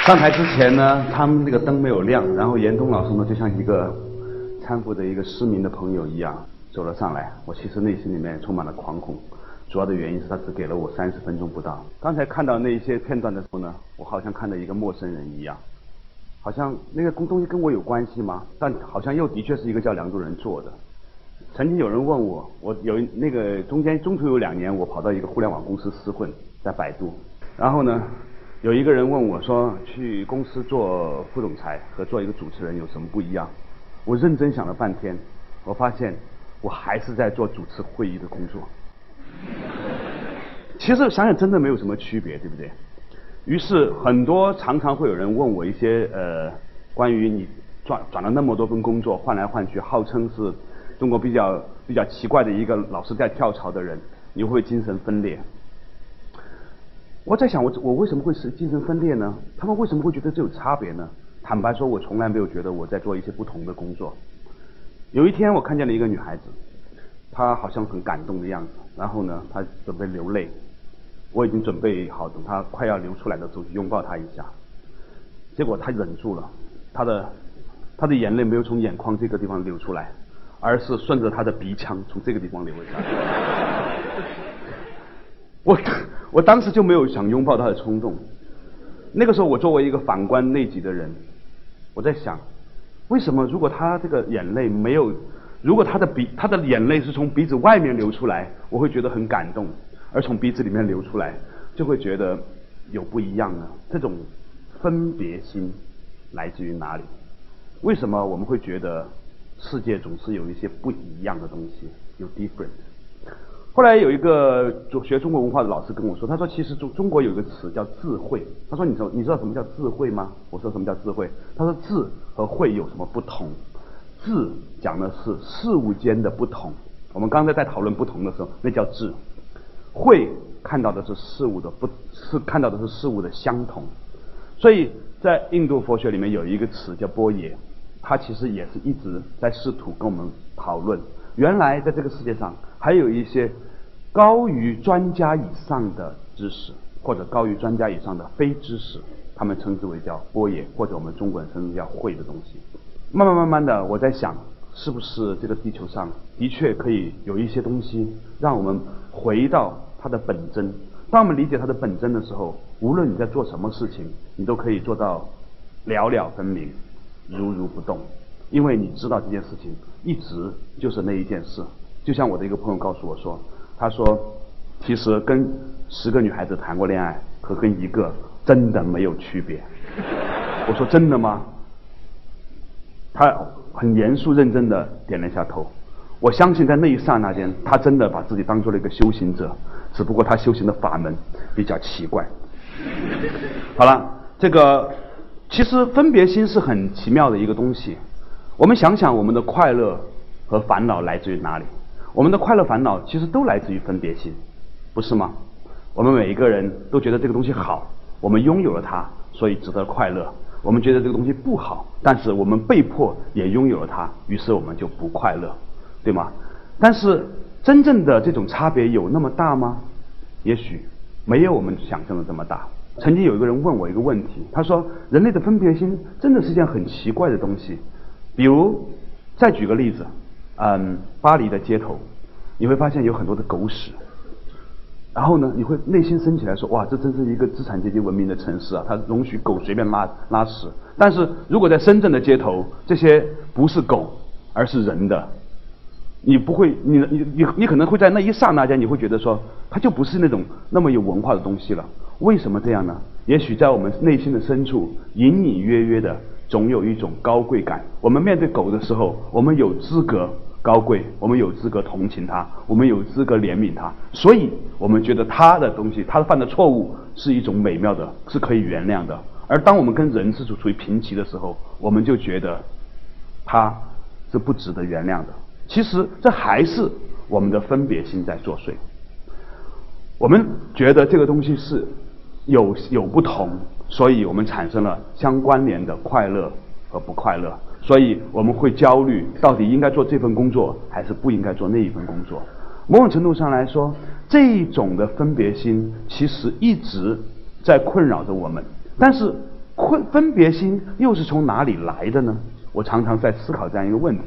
上台之前呢，他们那个灯没有亮，然后严冬老师呢就像一个搀扶着一个失明的朋友一样走了上来。我其实内心里面充满了惶恐，主要的原因是他只给了我30分钟不到。刚才看到那些片段的时候呢，我好像看到一个陌生人一样，好像那个东西跟我有关系吗？但好像又的确是一个叫梁祝人做的。曾经有人问我，我有那个中途有2年，我跑到一个互联网公司厮混，在百度，然后呢，有一个人问我说，去公司做副总裁和做一个主持人有什么不一样？我认真想了半天，我发现我还是在做主持会议的工作。其实想想真的没有什么区别，对不对？于是常常会有人问我一些关于你转了那么多份工作，换来换去，号称是中国比较奇怪的一个老是在跳槽的人，你会不会精神分裂？我在想我为什么会是精神分裂呢？他们为什么会觉得这有差别呢？坦白说，我从来没有觉得我在做一些不同的工作。有一天我看见了一个女孩子，她好像很感动的样子，然后呢她准备流泪，我已经准备好等她快要流出来的时候去拥抱她一下，结果她忍住了，她的眼泪没有从眼眶这个地方流出来，而是顺着她的鼻腔从这个地方流了下来。我当时就没有想拥抱她的冲动。那个时候我作为一个反观内己的人，我在想，为什么如果她这个眼泪没有，如果她的眼泪是从鼻子外面流出来，我会觉得很感动，而从鼻子里面流出来就会觉得有不一样呢？这种分别心来自于哪里？为什么我们会觉得世界总是有一些不一样的东西，有 different？ 后来有一个学中国文化的老师跟我说，他说其实中国有一个词叫智慧。他说你知道什么叫智慧吗？我说什么叫智慧？他说智和慧有什么不同？智讲的是事物间的不同，我们刚才在讨论不同的时候，那叫智。慧看到的是事物的相同。所以在印度佛学里面有一个词叫般若，它其实也是一直在试图跟我们讨论，原来在这个世界上还有一些高于专家以上的知识，或者高于专家以上的非知识，他们称之为叫般若，或者我们中国人称之叫慧的东西。慢慢的我在想，是不是这个地球上的确可以有一些东西让我们回到它的本真。当我们理解它的本真的时候，无论你在做什么事情，你都可以做到了了分明，如如不动，因为你知道这件事情一直就是那一件事。就像我的一个朋友告诉我说，他说其实跟10个女孩子谈过恋爱和跟1个真的没有区别。我说真的吗？他很严肃认真的点了一下头。我相信在那一刹那间，他真的把自己当做了一个修行者，只不过他修行的法门比较奇怪。好了，这个其实分别心是很奇妙的一个东西。我们想想，我们的快乐和烦恼来自于哪里？我们的快乐烦恼其实都来自于分别心，不是吗？我们每一个人都觉得这个东西好，我们拥有了它，所以值得快乐。我们觉得这个东西不好，但是我们被迫也拥有了它，于是我们就不快乐，对吗？但是真正的这种差别有那么大吗？也许没有我们想象的这么大。曾经有一个人问我一个问题，他说人类的分别心真的是一件很奇怪的东西。比如再举个例子，巴黎的街头你会发现有很多的狗屎，然后呢你会内心升起来说，哇，这真是一个资产阶级文明的城市啊，它容许狗随便拉屎。但是如果在深圳的街头，这些不是狗而是人的，你不会，你可能会在那一刹那间，你会觉得说它就不是那种那么有文化的东西了。为什么这样呢？也许在我们内心的深处隐隐约约的总有一种高贵感。我们面对狗的时候，我们有资格高贵，我们有资格同情它，我们有资格怜悯它，所以我们觉得它的东西，它犯的错误是一种美妙的，是可以原谅的。而当我们跟人是处于平齐的时候，我们就觉得它是不值得原谅的。其实这还是我们的分别心在作祟。我们觉得这个东西是有不同，所以我们产生了相关联的快乐和不快乐，所以我们会焦虑，到底应该做这份工作还是不应该做那一份工作。某种程度上来说，这一种的分别心其实一直在困扰着我们。但是分别心又是从哪里来的呢？我常常在思考这样一个问题。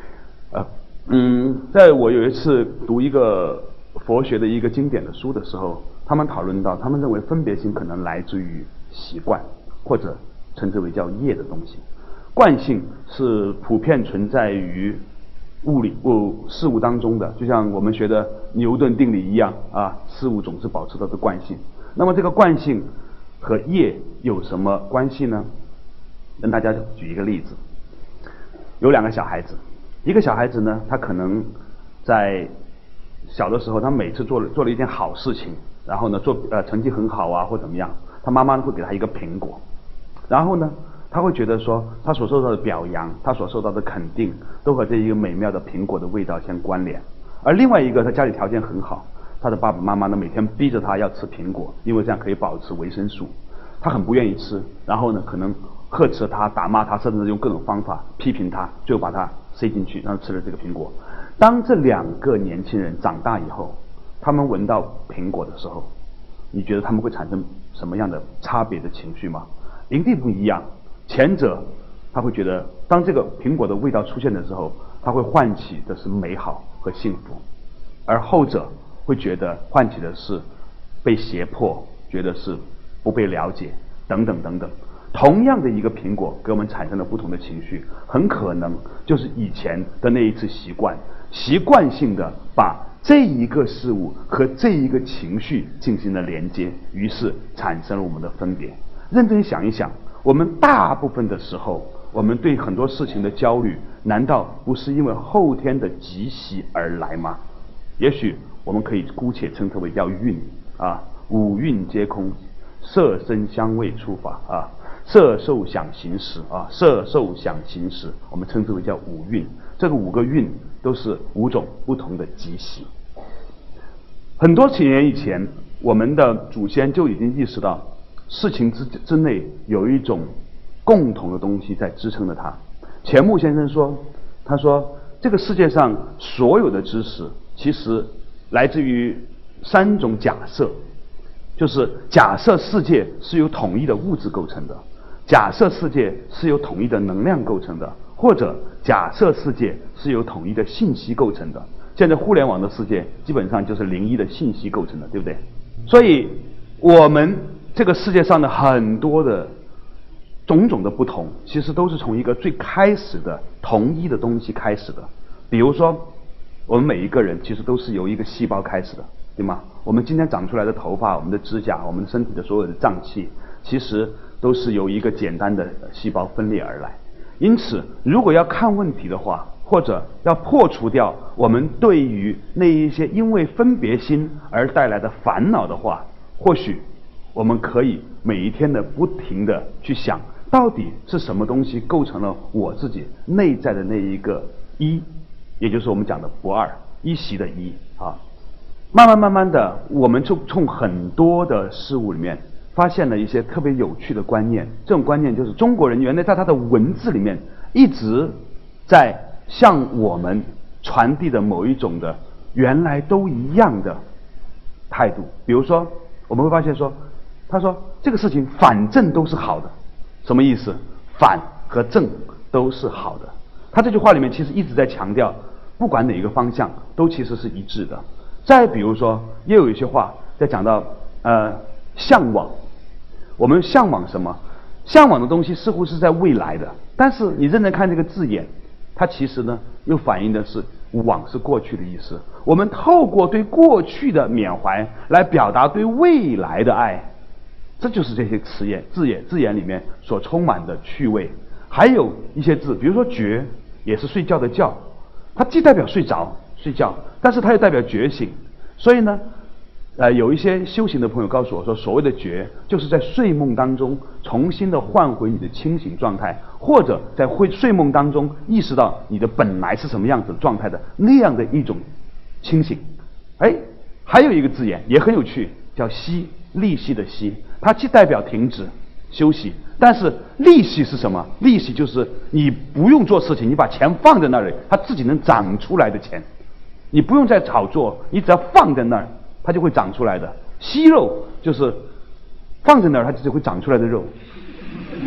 在我有一次读一个佛学的一个经典的书的时候，他们讨论到，他们认为分别心可能来自于习惯，或者称之为叫业的东西。惯性是普遍存在于事物当中的，就像我们学的牛顿定理一样啊，事物总是保持它的惯性。那么这个惯性和业有什么关系呢？跟大家举一个例子，有2个小孩子，一个小孩子呢，他可能在小的时候，他每次做了一件好事情，然后呢成绩很好啊或怎么样，他妈妈会给他一个苹果，然后呢他会觉得说，他所受到的表扬，他所受到的肯定，都和这一个美妙的苹果的味道相关联。而另外一个，他家里条件很好，他的爸爸妈妈呢每天逼着他要吃苹果，因为这样可以保持维生素，他很不愿意吃，然后呢可能呵斥他、打骂他，甚至用各种方法批评他，最后把他塞进去，然后吃了这个苹果。当这2个年轻人长大以后，他们闻到苹果的时候，你觉得他们会产生什么样的差别的情绪吗？一定不一样。前者他会觉得，当这个苹果的味道出现的时候，他会唤起的是美好和幸福，而后者会觉得唤起的是被胁迫，觉得是不被了解等等等等。同样的一个苹果给我们产生了不同的情绪，很可能就是以前的那一次习惯性的把这一个事物和这一个情绪进行了连接，于是产生了我们的分别。认真想一想，我们大部分的时候，我们对很多事情的焦虑，难道不是因为后天的积习而来吗？也许我们可以姑且称之为叫蕴啊，五蕴皆空，色声香味触法啊，色受想行识啊，色受想行识，我们称之为叫五蕴。这个5个蕴都是5种不同的积习。很多千年以前，我们的祖先就已经意识到，事情之内有一种共同的东西在支撑着它。钱穆先生说，他说这个世界上所有的知识其实来自于3种假设，就是假设世界是由统一的物质构成的，假设世界是由统一的能量构成的，或者假设世界是由统一的信息构成的。现在互联网的世界基本上就是01的信息构成的，对不对？所以我们这个世界上的很多的种种的不同，其实都是从一个最开始的同一的东西开始的。比如说我们每一个人其实都是由一个细胞开始的，对吗？我们今天长出来的头发，我们的指甲，我们身体的所有的脏器，其实都是由一个简单的细胞分裂而来。因此如果要看问题的话，或者要破除掉我们对于那一些因为分别心而带来的烦恼的话，或许我们可以每一天的不停的去想，到底是什么东西构成了我自己内在的那一个一，也就是我们讲的不二，一席的一啊。慢慢的，我们就从很多的事物里面发现了一些特别有趣的观念。这种观念就是中国人原来在他的文字里面一直在向我们传递的某一种的原来都一样的态度。比如说我们会发现说，他说这个事情反正都是好的。什么意思？反和正都是好的。他这句话里面其实一直在强调，不管哪一个方向都其实是一致的。再比如说，也有一些话在讲到向往。我们向往什么？向往的东西似乎是在未来的，但是你认真看这个字眼，它其实呢又反映的是往是过去的意思。我们透过对过去的缅怀来表达对未来的爱，这就是这些字眼里面所充满的趣味。还有一些字，比如说觉，也是睡觉的觉，它既代表睡觉，但是它又代表觉醒。所以呢有一些修行的朋友告诉我说，所谓的觉就是在睡梦当中重新的换回你的清醒状态，或者在睡梦当中意识到你的本来是什么样子的状态的那样的一种清醒。还有一个字眼也很有趣，叫息，利息的息，它既代表停止休息，但是利息是什么？利息就是你不用做事情，你把钱放在那里，它自己能长出来的钱。你不用再炒作，你只要放在那儿，它就会长出来的。息肉就是放在那儿，它自己会长出来的肉。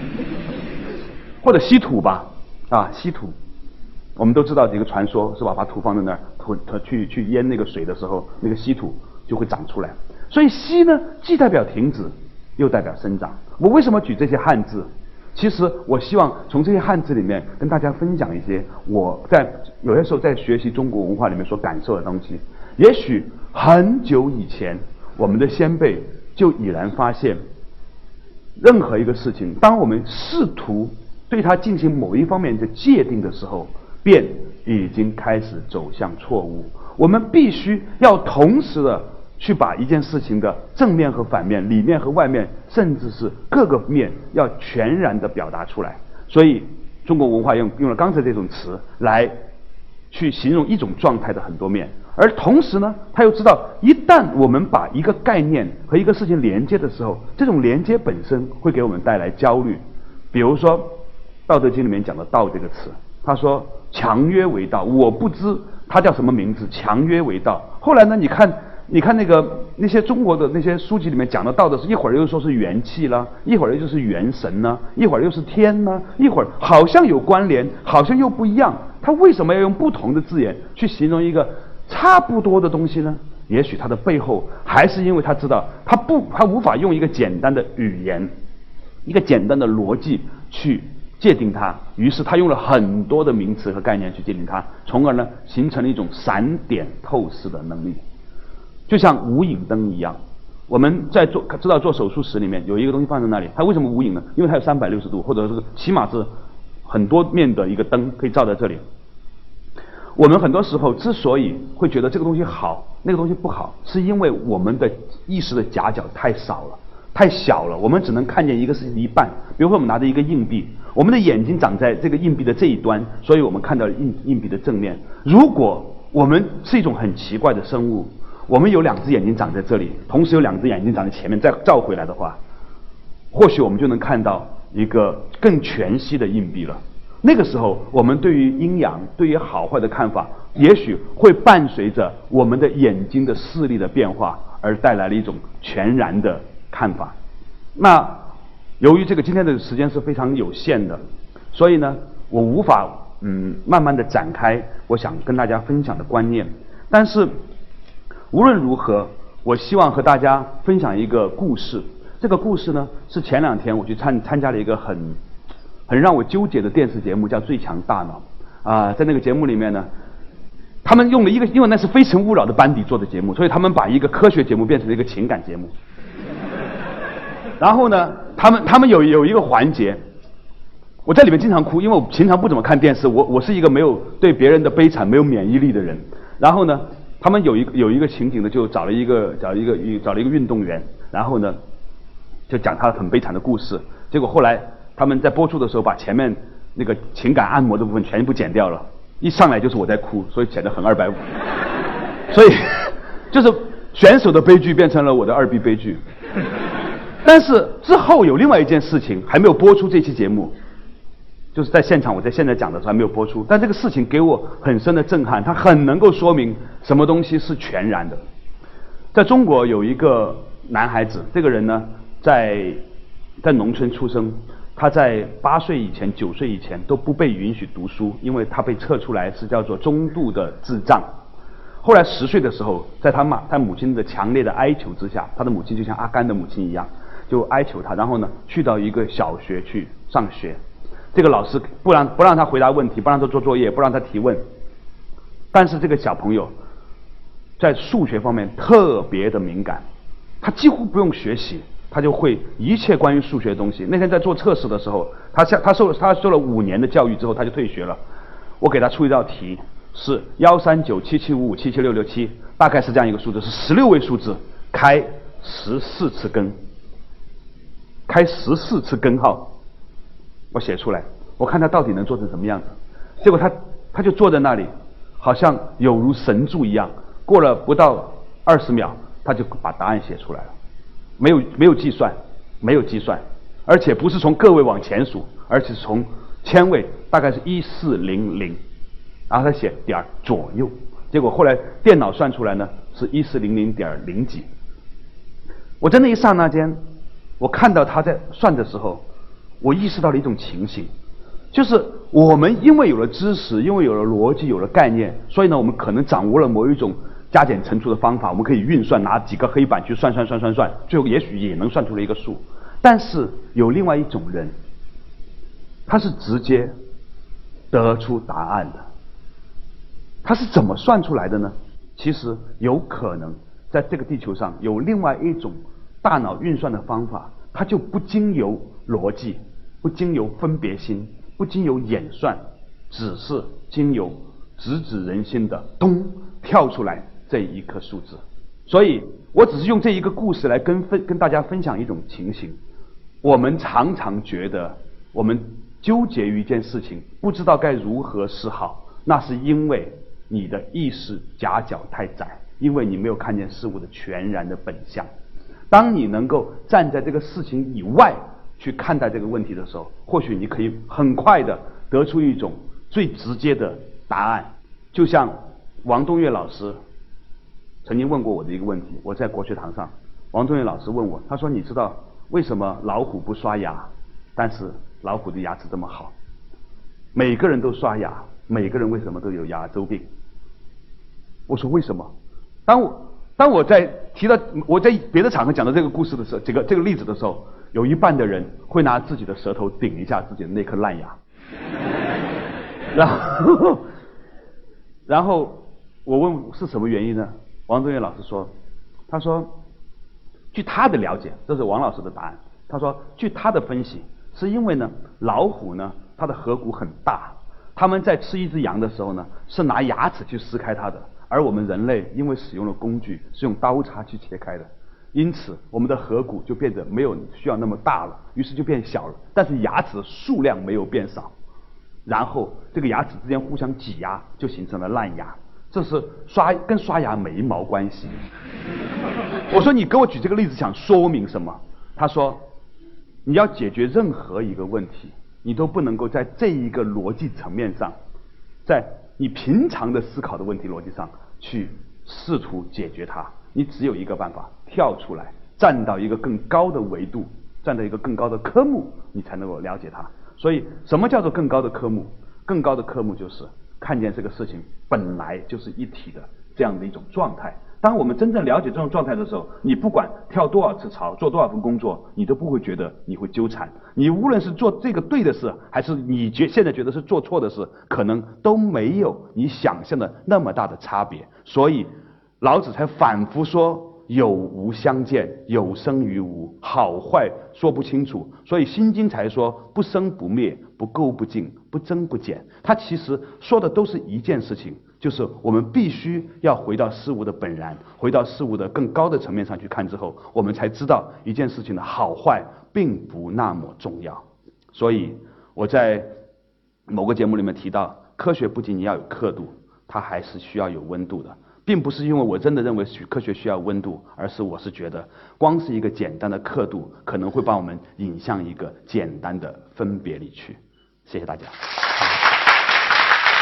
或者稀土吧，稀土，我们都知道这个传说是吧？把土放在那儿，去淹那个水的时候，那个稀土就会长出来。所以稀呢，既代表停止，又代表生长。我为什么举这些汉字？其实我希望从这些汉字里面跟大家分享一些我在有些时候在学习中国文化里面所感受的东西。也许很久以前，我们的先辈就已然发现，任何一个事情，当我们试图对它进行某一方面的界定的时候，便已经开始走向错误。我们必须要同时的去把一件事情的正面和反面、里面和外面，甚至是各个面，要全然的表达出来。所以，中国文化用了刚才这种词来去形容一种状态的很多面。而同时呢，他又知道，一旦我们把一个概念和一个事情连接的时候，这种连接本身会给我们带来焦虑。比如说，《道德经》里面讲的“道”这个词，他说“强曰为道”，我不知他叫什么名字，强曰为道。后来呢，你看那些中国的那些书籍里面讲的道的是，一会儿又说是元气啦，一会儿又就是元神呢，一会儿又是天呢，一会儿好像有关联，好像又不一样。他为什么要用不同的字眼去形容一个差不多的东西呢？也许它的背后还是因为他知道他无法用一个简单的语言，一个简单的逻辑去界定它，于是他用了很多的名词和概念去界定它，从而呢形成了一种闪点透视的能力，就像无影灯一样。我们在知道做手术室里面有一个东西放在那里，它为什么无影呢？因为它有360度，或者是起码是很多面的一个灯可以照在这里。我们很多时候之所以会觉得这个东西好，那个东西不好，是因为我们的意识的夹角太少了，太小了，我们只能看见一个事情的一半。比如说我们拿着一个硬币，我们的眼睛长在这个硬币的这一端，所以我们看到硬币的正面。如果我们是一种很奇怪的生物，我们有2只眼睛长在这里，同时有2只眼睛长在前面，再照回来的话，或许我们就能看到一个更全息的硬币了。那个时候，我们对于阴阳、对于好坏的看法，也许会伴随着我们的眼睛的视力的变化，而带来了一种全然的看法。那由于这个今天的时间是非常有限的，所以呢，我无法慢慢的展开我想跟大家分享的观念。但是无论如何，我希望和大家分享一个故事。这个故事呢，是前2天我去参加了一个很让我纠结的电视节目，叫《最强大脑》在那个节目里面呢，他们用了因为那是《非诚勿扰》的班底做的节目，所以他们把一个科学节目变成了一个情感节目。然后呢，他们有一个环节，我在里面经常哭，因为我平常不怎么看电视，我是一个没有对别人的悲惨没有免疫力的人。然后呢，他们有一个情景呢，就找了一个运动员，然后呢，就讲他很悲惨的故事。结果后来他们在播出的时候，把前面那个情感按摩的部分全部剪掉了，一上来就是我在哭，所以显得很250。所以就是选手的悲剧变成了我的2B 悲剧。但是之后有另外一件事情还没有播出，这期节目就是在现场，我在现在讲的时候还没有播出，但这个事情给我很深的震撼，它很能够说明什么东西是全然的。在中国有一个男孩子，这个人呢在农村出生，他在8岁以前、9岁以前都不被允许读书，因为他被测出来是叫做中度的智障。后来10岁的时候，在他母亲的强烈的哀求之下，他的母亲就像阿甘的母亲一样，就哀求他，然后呢去到一个小学去上学。这个老师不让他回答问题，不让他做作业，不让他提问。但是这个小朋友在数学方面特别的敏感，他几乎不用学习，他就会一切关于数学的东西。那天在做测试的时候，他受了5年的教育之后，他就退学了。我给他出一道题，是13977557767，大概是这样一个数字，是16位数字，开14次根，开14次根号。我写出来，我看他到底能做成什么样子。结果他就坐在那里，好像有如神助一样，过了不到20秒，他就把答案写出来了。没有计算，而且不是从个位往前数，而且是从千位，大概是1400，然后他写点左右，结果后来电脑算出来呢是1400.0几。我在那一刹那间，我看到他在算的时候，我意识到了一种情形， 就是我们因为有了知识，因为有了逻辑，有了概念，所以呢，我们可能掌握了某一种加减乘除的方法，我们可以运算，拿几个黑板去算，最后也许也能算出了一个数。但是有另外一种人，他是直接得出答案的。他是怎么算出来的呢？其实有可能在这个地球上有另外一种大脑运算的方法，它就不经由逻辑，不经由分别心，不经由演算，只是经由直指人心的咚跳出来这一颗数字。所以我只是用这一个故事来跟大家分享一种情形。我们常常觉得我们纠结于一件事情，不知道该如何是好，那是因为你的意识夹角太窄，因为你没有看见事物的全然的本相。当你能够站在这个事情以外去看待这个问题的时候，或许你可以很快的得出一种最直接的答案。就像王东岳老师曾经问过我的一个问题，我在国学堂上，王东岳老师问我，他说你知道为什么老虎不刷牙，但是老虎的牙齿这么好？每个人都刷牙，每个人为什么都有牙周病？我说为什么？当我在提到我在别的场合讲到这个故事的时候，这个例子的时候，有一半的人会拿自己的舌头顶一下自己的那颗烂牙，然后我问是什么原因呢？王宗岳老师说，他说据他的了解，这是王老师的答案，他说据他的分析，是因为呢老虎呢它的颌骨很大，他们在吃一只羊的时候呢是拿牙齿去撕开它的，而我们人类因为使用了工具是用刀叉去切开的，因此我们的颌骨就变得没有需要那么大了，于是就变小了，但是牙齿的数量没有变少，然后这个牙齿之间互相挤压，就形成了烂牙。这是跟刷牙没毛关系。我说你给我举这个例子想说明什么？他说你要解决任何一个问题，你都不能够在这一个逻辑层面上，在你平常的思考的问题逻辑上去试图解决它，你只有一个办法，跳出来，站到一个更高的维度，站到一个更高的科目，你才能够了解它。所以什么叫做更高的科目？更高的科目就是看见这个事情本来就是一体的这样的一种状态。当我们真正了解这种状态的时候，你不管跳多少次槽，做多少份工作，你都不会觉得你会纠缠。你无论是做这个对的事，还是你现在觉得是做错的事，可能都没有你想象的那么大的差别。所以老子才反复说有无相见，有生于无，好坏说不清楚。所以心经才说不生不灭，不垢不净，不增不减。它其实说的都是一件事情，就是我们必须要回到事物的本然，回到事物的更高的层面上去看之后，我们才知道一件事情的好坏并不那么重要。所以我在某个节目里面提到，科学不仅你要有刻度，它还是需要有温度的。并不是因为我真的认为科学需要温度，而是我是觉得光是一个简单的刻度可能会把我们引向一个简单的分别里去。谢谢大家。